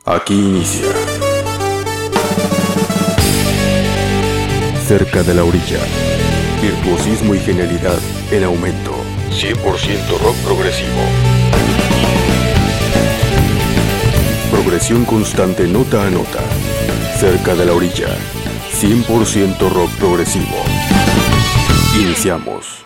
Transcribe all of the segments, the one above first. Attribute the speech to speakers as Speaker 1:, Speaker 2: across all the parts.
Speaker 1: Aquí inicia Cerca de la Orilla. Virtuosismo y genialidad en aumento. 100% rock progresivo. Progresión constante nota a nota. Cerca de la Orilla. 100% rock progresivo. Iniciamos.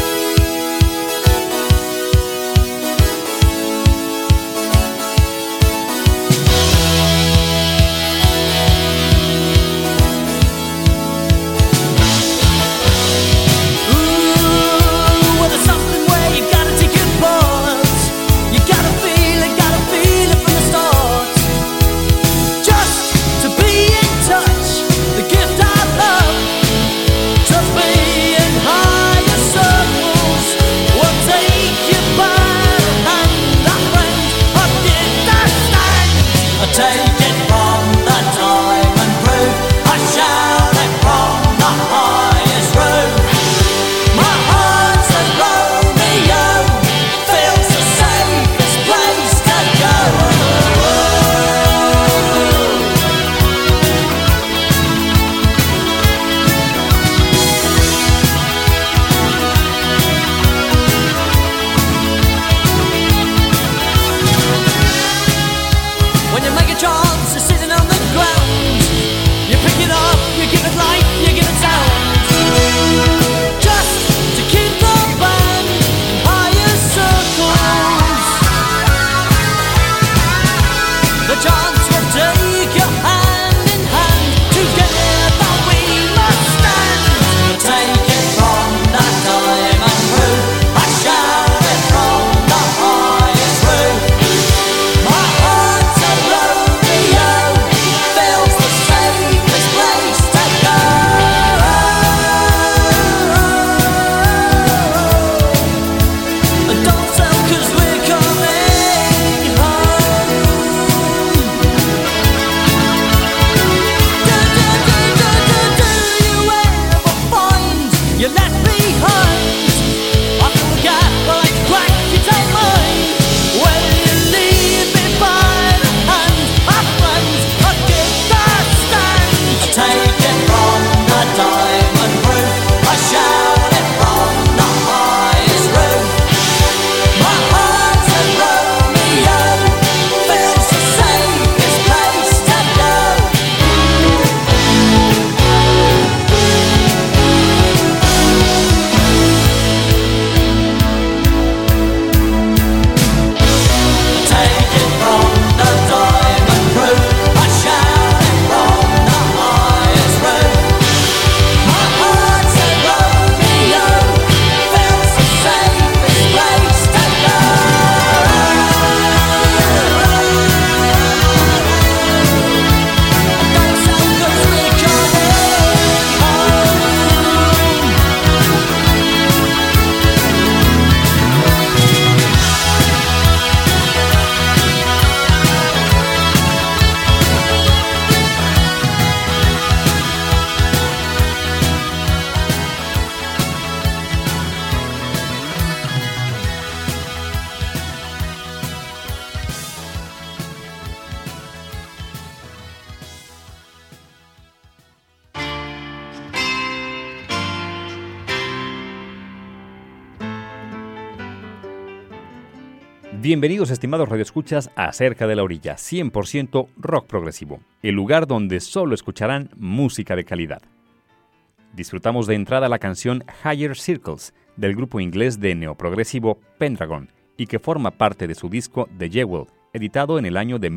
Speaker 2: Bienvenidos, estimados radioescuchas, a Cerca de la Orilla, 100% rock progresivo, el lugar donde solo escucharán música de calidad. Disfrutamos de entrada la canción Higher Circles del grupo inglés de neoprogresivo Pendragon y que forma parte de su disco The Jewel, editado en el año de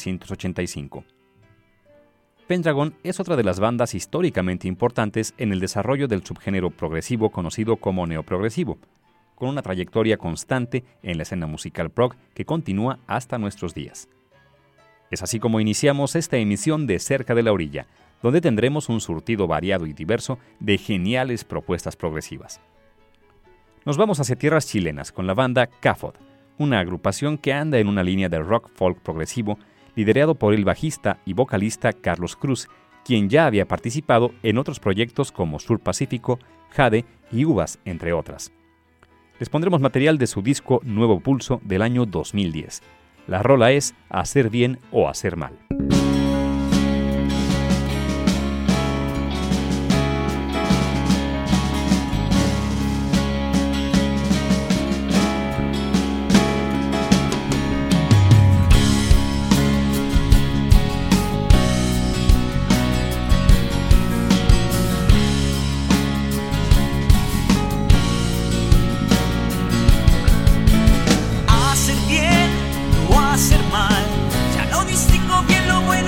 Speaker 2: 1985. Pendragon es otra de las bandas históricamente importantes en el desarrollo del subgénero progresivo conocido como neoprogresivo, con una trayectoria constante en la escena musical prog que continúa hasta nuestros días. Es así como iniciamos esta emisión de Cerca de la Orilla, donde tendremos un surtido variado y diverso de geniales propuestas progresivas. Nos vamos hacia tierras chilenas con la banda CAFOD, una agrupación que anda en una línea de rock folk progresivo liderado por el bajista y vocalista Carlos Cruz, quien ya había participado en otros proyectos como Sur Pacífico, Jade y Uvas, entre otras. Les pondremos material de su disco Nuevo Pulso del año 2010. La rola es Hacer bien o hacer mal.
Speaker 3: Hacer bien o hacer mal, ya no distingo bien lo bueno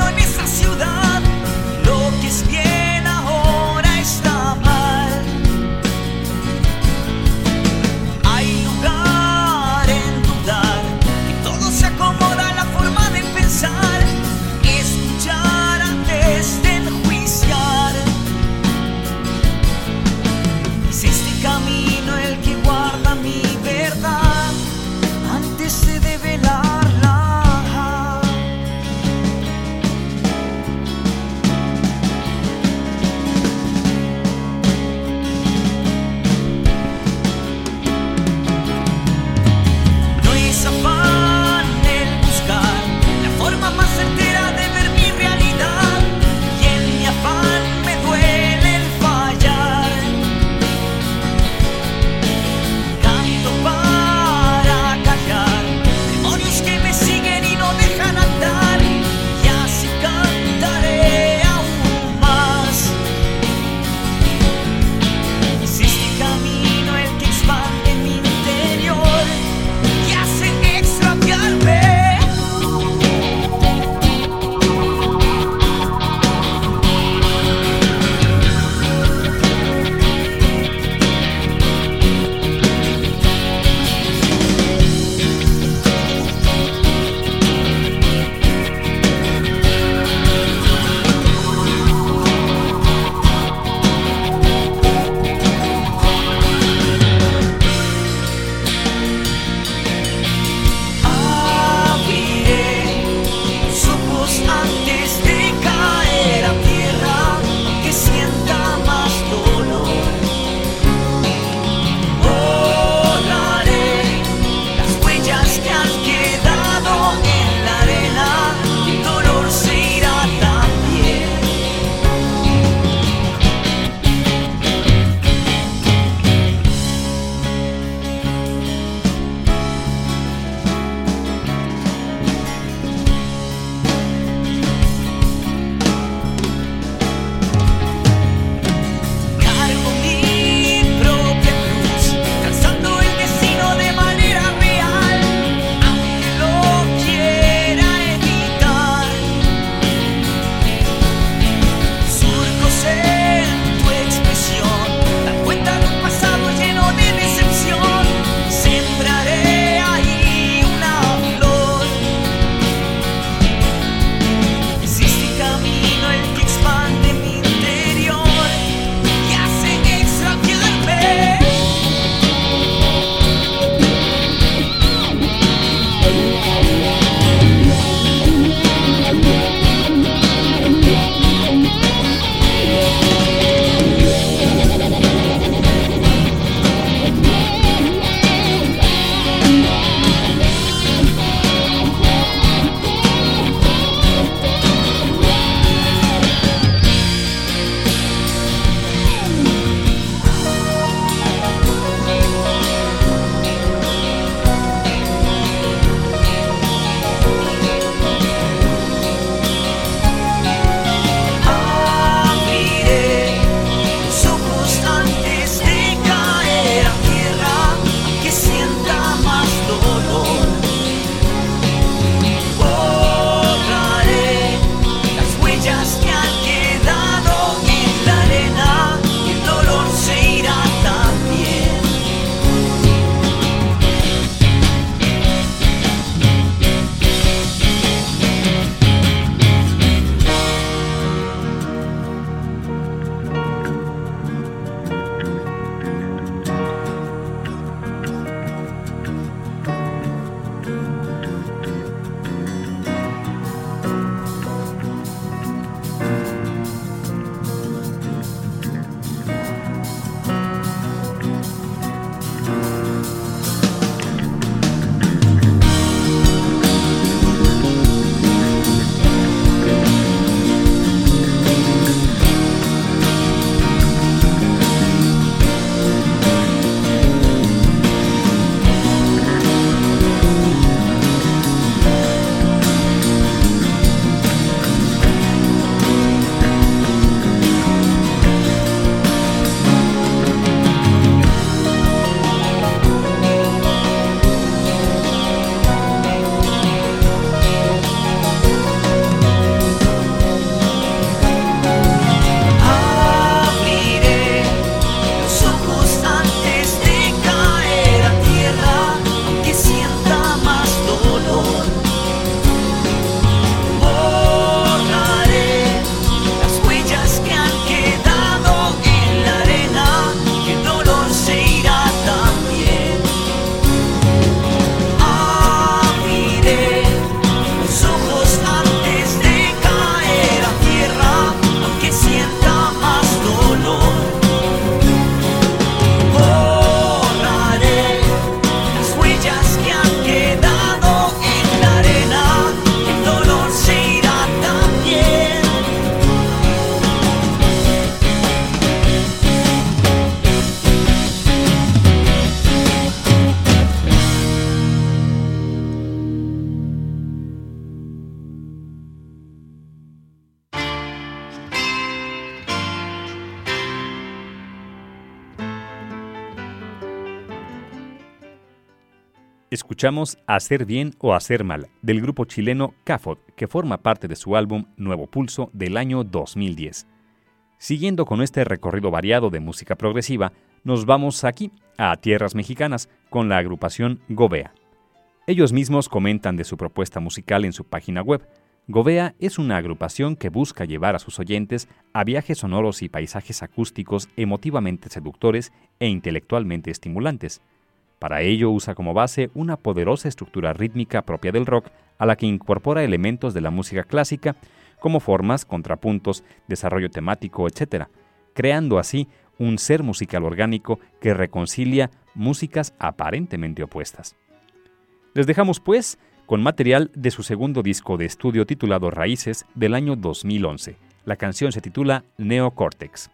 Speaker 2: Escuchamos Hacer Bien o Hacer Mal, del grupo chileno CAFOD, que forma parte de su álbum Nuevo Pulso del año 2010. Siguiendo con este recorrido variado de música progresiva, nos vamos aquí, a tierras mexicanas, con la agrupación Gobea. Ellos mismos comentan de su propuesta musical en su página web. Gobea es una agrupación que busca llevar a sus oyentes a viajes sonoros y paisajes acústicos emotivamente seductores e intelectualmente estimulantes. Para ello usa como base una poderosa estructura rítmica propia del rock a la que incorpora elementos de la música clásica como formas, contrapuntos, desarrollo temático, etc., creando así un ser musical orgánico que reconcilia músicas aparentemente opuestas. Les dejamos pues con material de su segundo disco de estudio titulado Raíces del año 2011. La canción se titula Neocórtex.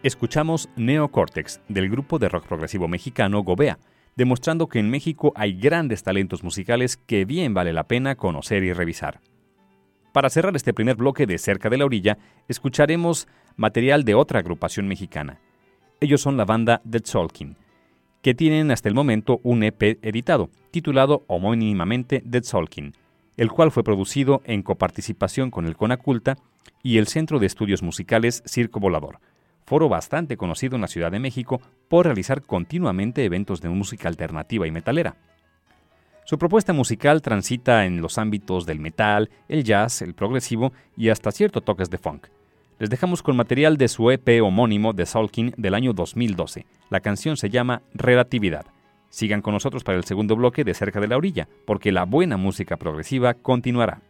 Speaker 2: Escuchamos Neocortex del grupo de rock progresivo mexicano Gobea, demostrando que en México hay grandes talentos musicales que bien vale la pena conocer y revisar. Para cerrar este primer bloque de Cerca de la Orilla, escucharemos material de otra agrupación mexicana. Ellos son la banda The Tzolk'in, que tienen hasta el momento un EP editado, titulado homónimamente The Tzolk'in, el cual fue producido en coparticipación con el Conaculta y el Centro de Estudios Musicales Circo Volador, foro bastante conocido en la Ciudad de México por realizar continuamente eventos de música alternativa y metalera. Su propuesta musical transita en los ámbitos del metal, el jazz, el progresivo y hasta ciertos toques de funk. Les dejamos con material de su EP homónimo The Tzolk'in del año 2012. La canción se llama Relatividad. Sigan con nosotros para el segundo bloque de Cerca de la Orilla, porque la buena música progresiva continuará.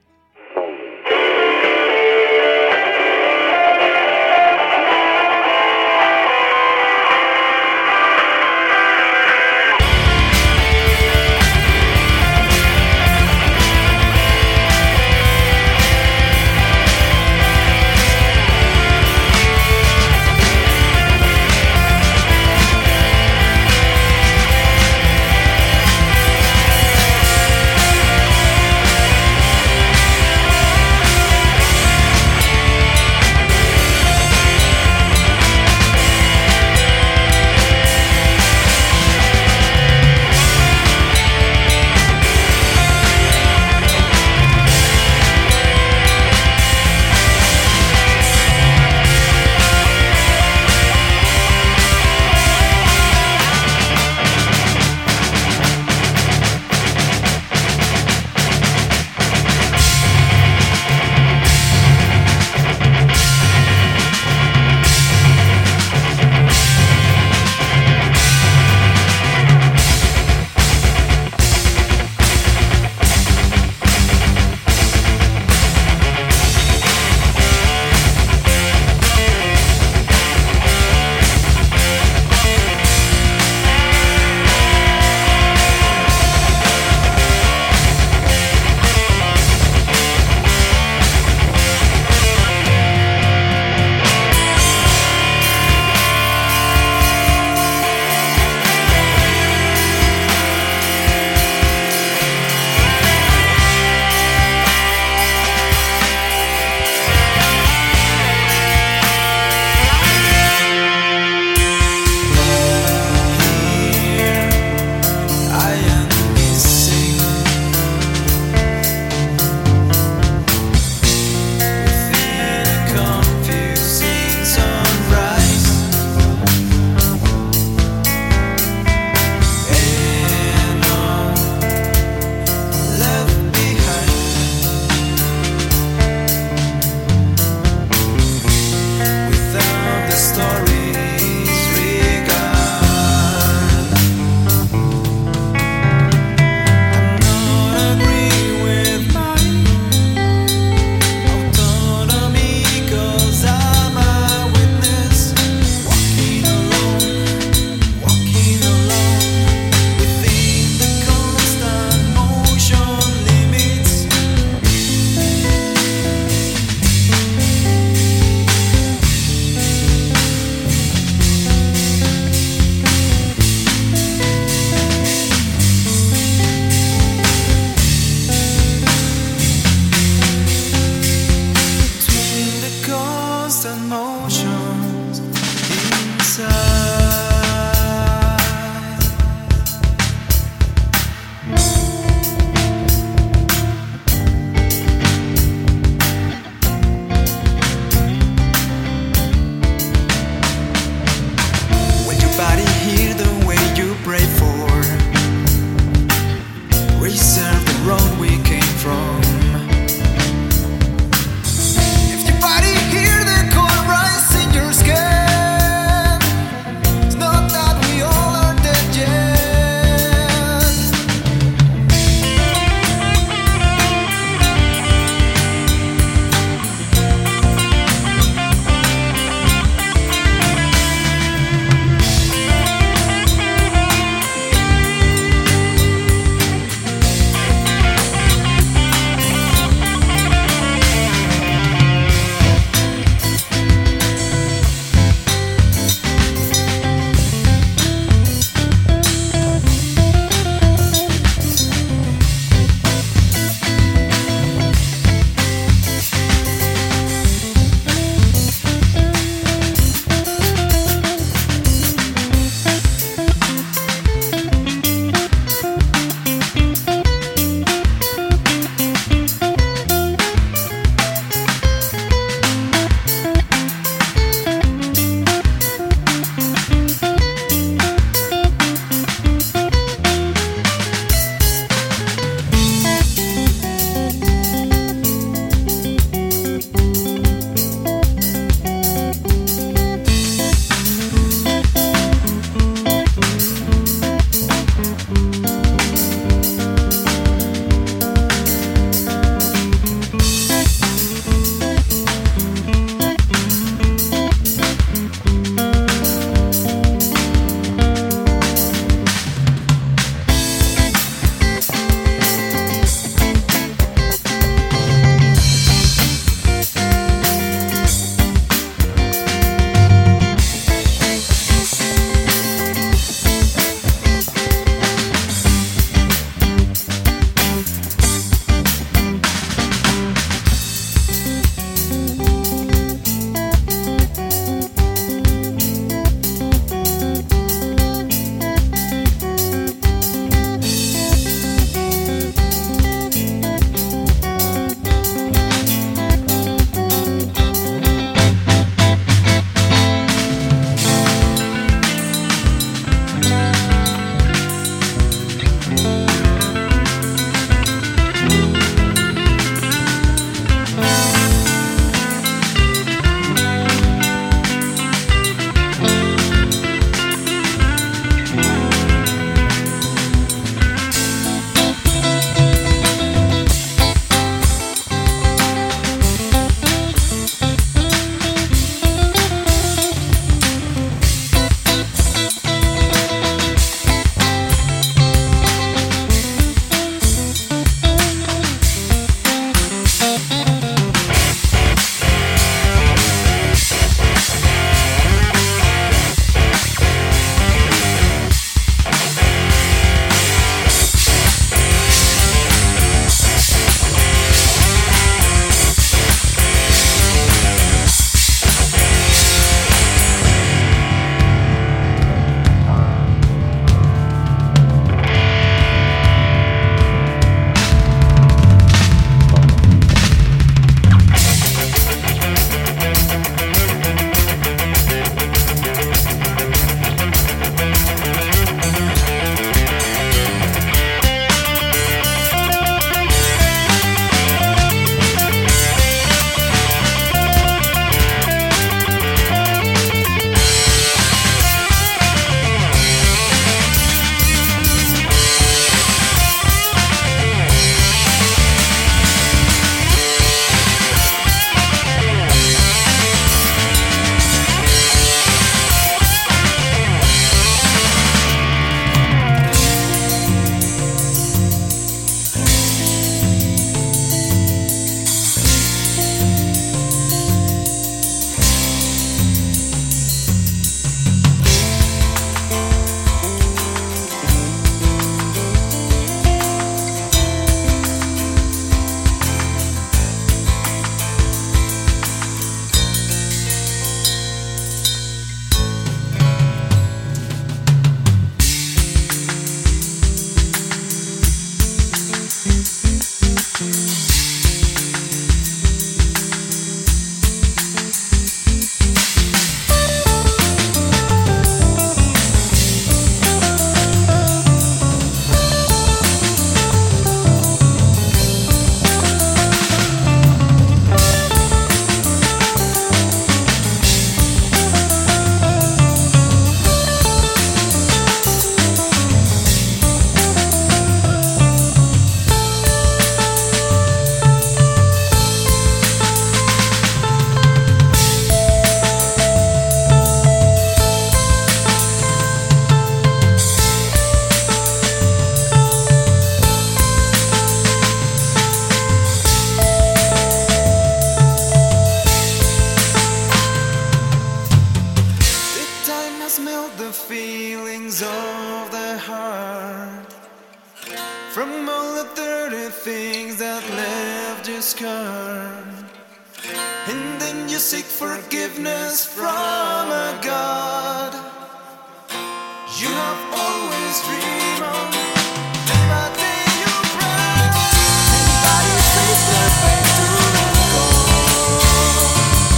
Speaker 3: things that left your scar. And then you seek forgiveness from a God you have always dreamed of. Day by day you pray. Anybody face their face to the cold.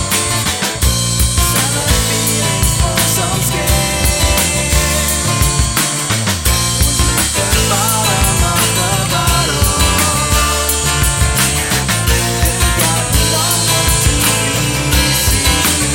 Speaker 3: Summer feelings for some scared. Was at the bottom of the bottle. And got longer to be seen.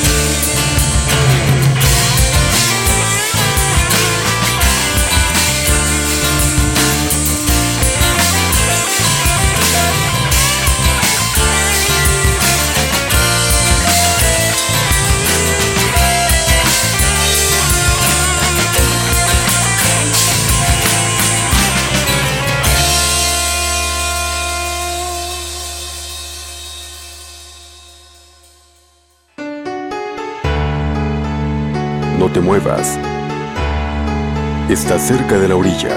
Speaker 1: No te muevas. Estás cerca de la orilla.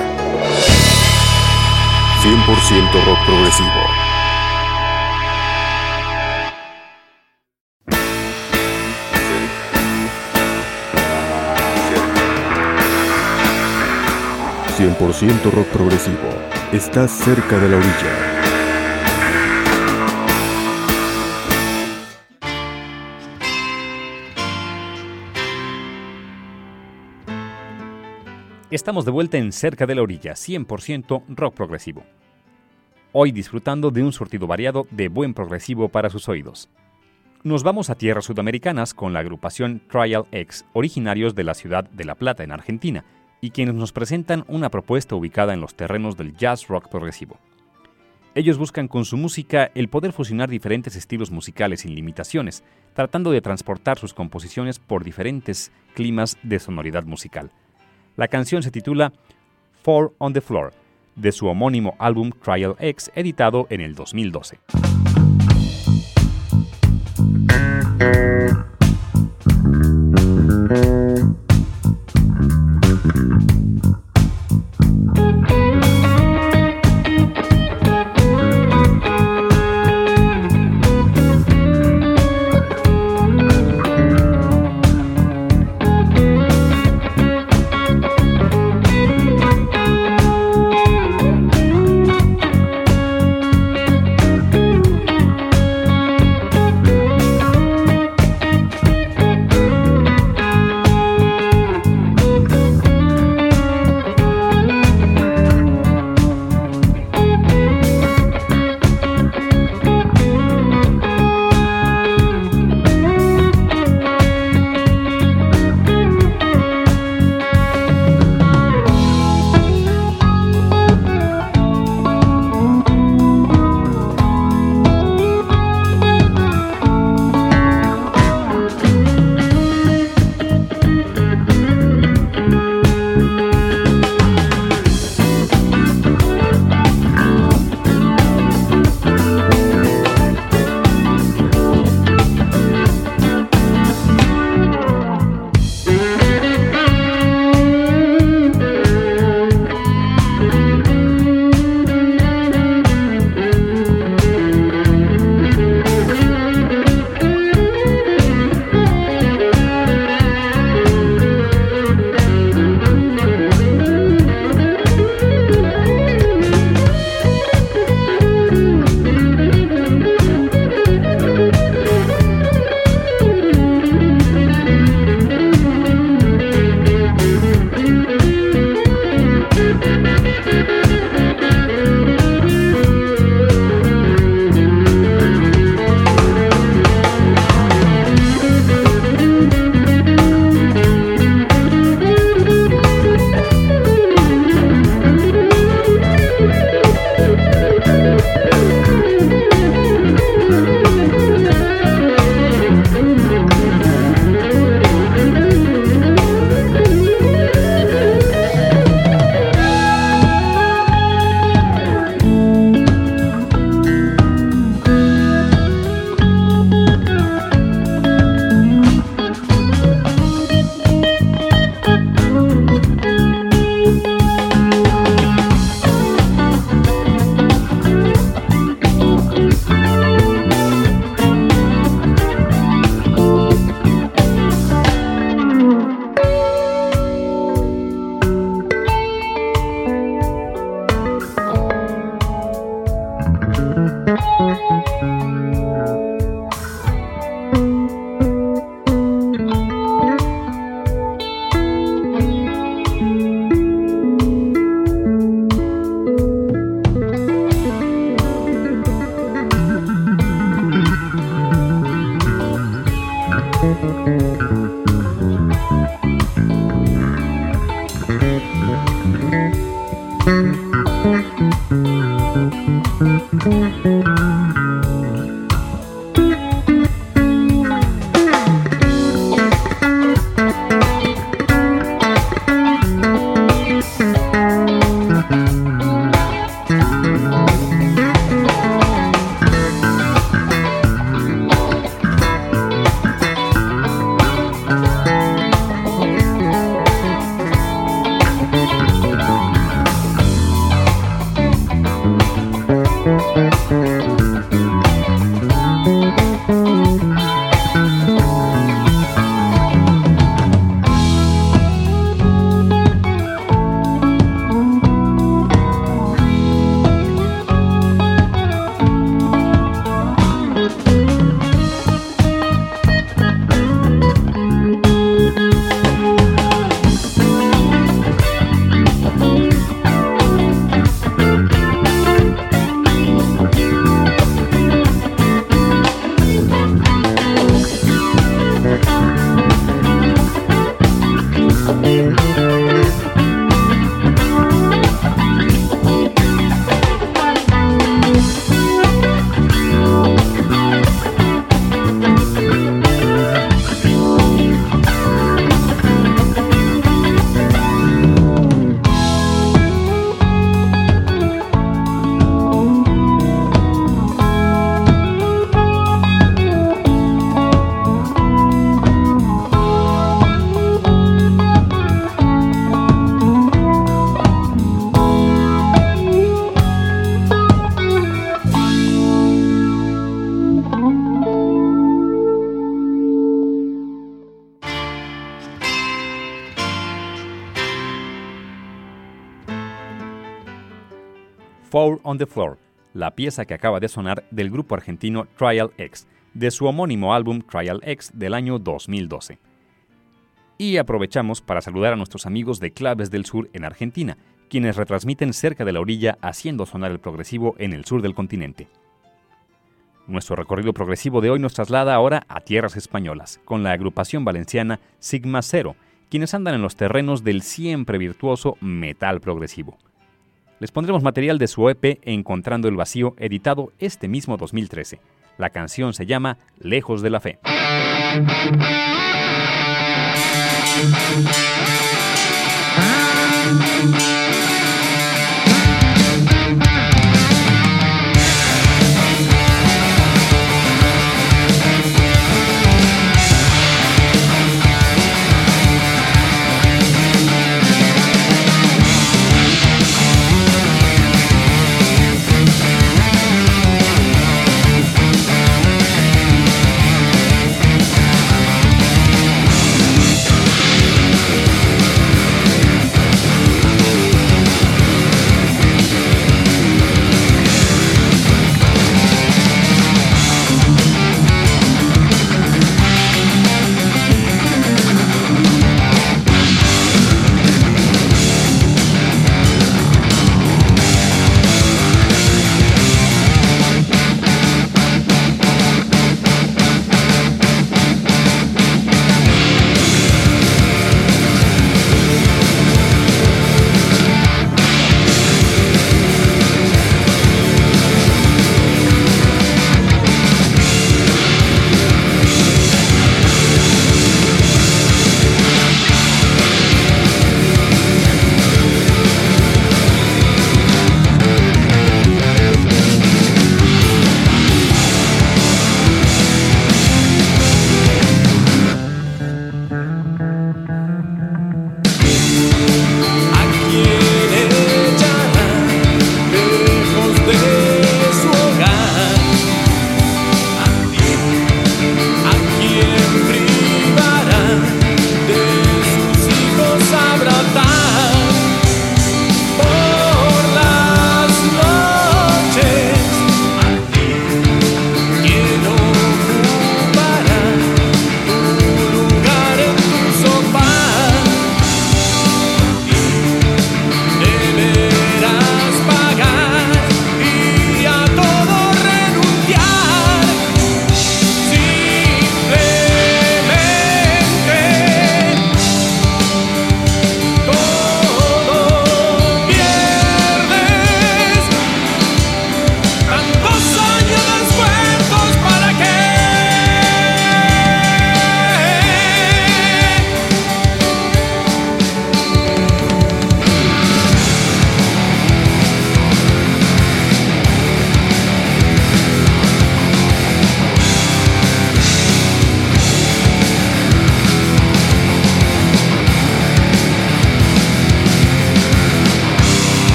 Speaker 1: 100% rock progresivo. ...100% rock progresivo. Estás cerca de la orilla.
Speaker 2: Estamos de vuelta en Cerca de la Orilla, 100% rock progresivo. Hoy disfrutando de un surtido variado de buen progresivo para sus oídos. Nos vamos a tierras sudamericanas con la agrupación Trial X, originarios de la ciudad de La Plata, en Argentina, y quienes nos presentan una propuesta ubicada en los terrenos del jazz rock progresivo. Ellos buscan con su música el poder fusionar diferentes estilos musicales sin limitaciones, tratando de transportar sus composiciones por diferentes climas de sonoridad musical. La canción se titula Four on the Floor, de su homónimo álbum Trial X, editado en el 2012. Four on the Floor, la pieza que acaba de sonar del grupo argentino Trial X, de su homónimo álbum Trial X del año 2012. Y aprovechamos para saludar a nuestros amigos de Claves del Sur en Argentina, quienes retransmiten Cerca de la Orilla haciendo sonar el progresivo en el sur del continente. Nuestro recorrido progresivo de hoy nos traslada ahora a tierras españolas, con la agrupación valenciana Sigma Cero, quienes andan en los terrenos del siempre virtuoso metal progresivo. Les pondremos material de su EP Encontrando el Vacío, editado este mismo 2013. La canción se llama Lejos de la Fe.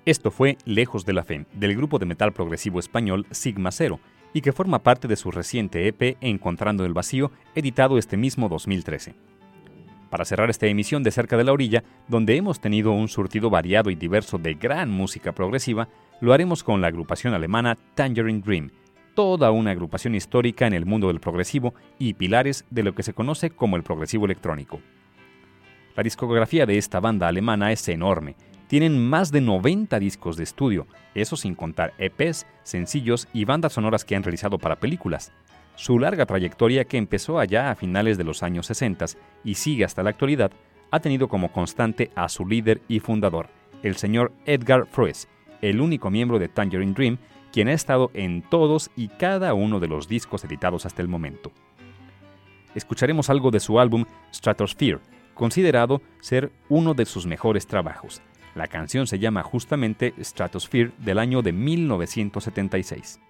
Speaker 2: Esto fue Lejos de la Fe, del grupo de metal progresivo español Sigma Cero, y que forma parte de su reciente EP Encontrando el Vacío, editado este mismo 2013. Para cerrar esta emisión de Cerca de la Orilla, donde hemos tenido un surtido variado y diverso de gran música progresiva, lo haremos con la agrupación alemana Tangerine Dream, toda una agrupación histórica en el mundo del progresivo y pilares de lo que se conoce como el progresivo electrónico. La discografía de esta banda alemana es enorme. Tienen más de 90 discos de estudio, eso sin contar EPs, sencillos y bandas sonoras que han realizado para películas. Su larga trayectoria, que empezó allá a finales de los años 60 y sigue hasta la actualidad, ha tenido como constante a su líder y fundador, el señor Edgar Froese, el único miembro de Tangerine Dream, quien ha estado en todos y cada uno de los discos editados hasta el momento. Escucharemos algo de su álbum Stratosphere, considerado ser uno de sus mejores trabajos. La canción se llama justamente Stratosphere, del año de 1976.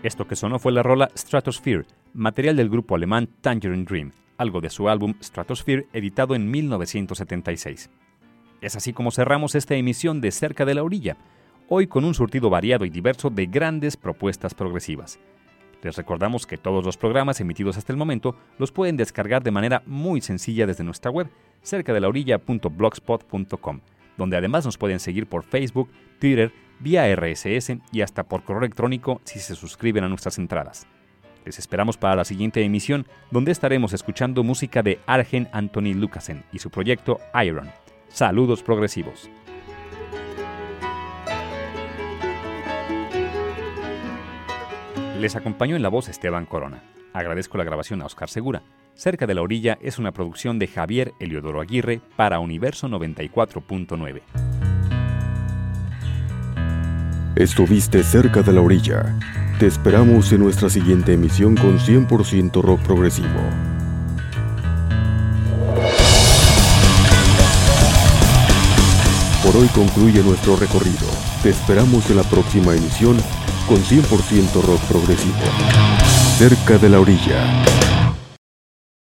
Speaker 2: Esto que sonó fue la rola Stratosphere, material del grupo alemán Tangerine Dream, algo de su álbum Stratosphere, editado en 1976. Es así como cerramos esta emisión de Cerca de la Orilla, hoy con un surtido variado y diverso de grandes propuestas progresivas. Les recordamos que todos los programas emitidos hasta el momento los pueden descargar de manera muy sencilla desde nuestra web, cercadelaorilla.blogspot.com, donde además nos pueden seguir por Facebook, Twitter, vía RSS y hasta por correo electrónico si se suscriben a nuestras entradas. Les esperamos para la siguiente emisión, donde estaremos escuchando música de Arjen Anthony Lucassen y su proyecto Iron. Saludos progresivos. Les acompañó en la voz Esteban Corona. Agradezco la grabación a Oscar Segura. Cerca de la Orilla es una producción de Javier Eliodoro Aguirre para Universo 94.9.
Speaker 1: Estuviste cerca de la orilla. Te esperamos en nuestra siguiente emisión con 100% rock progresivo. Por hoy concluye nuestro recorrido. Te esperamos en la próxima emisión con 100% rock progresivo. Cerca de la Orilla.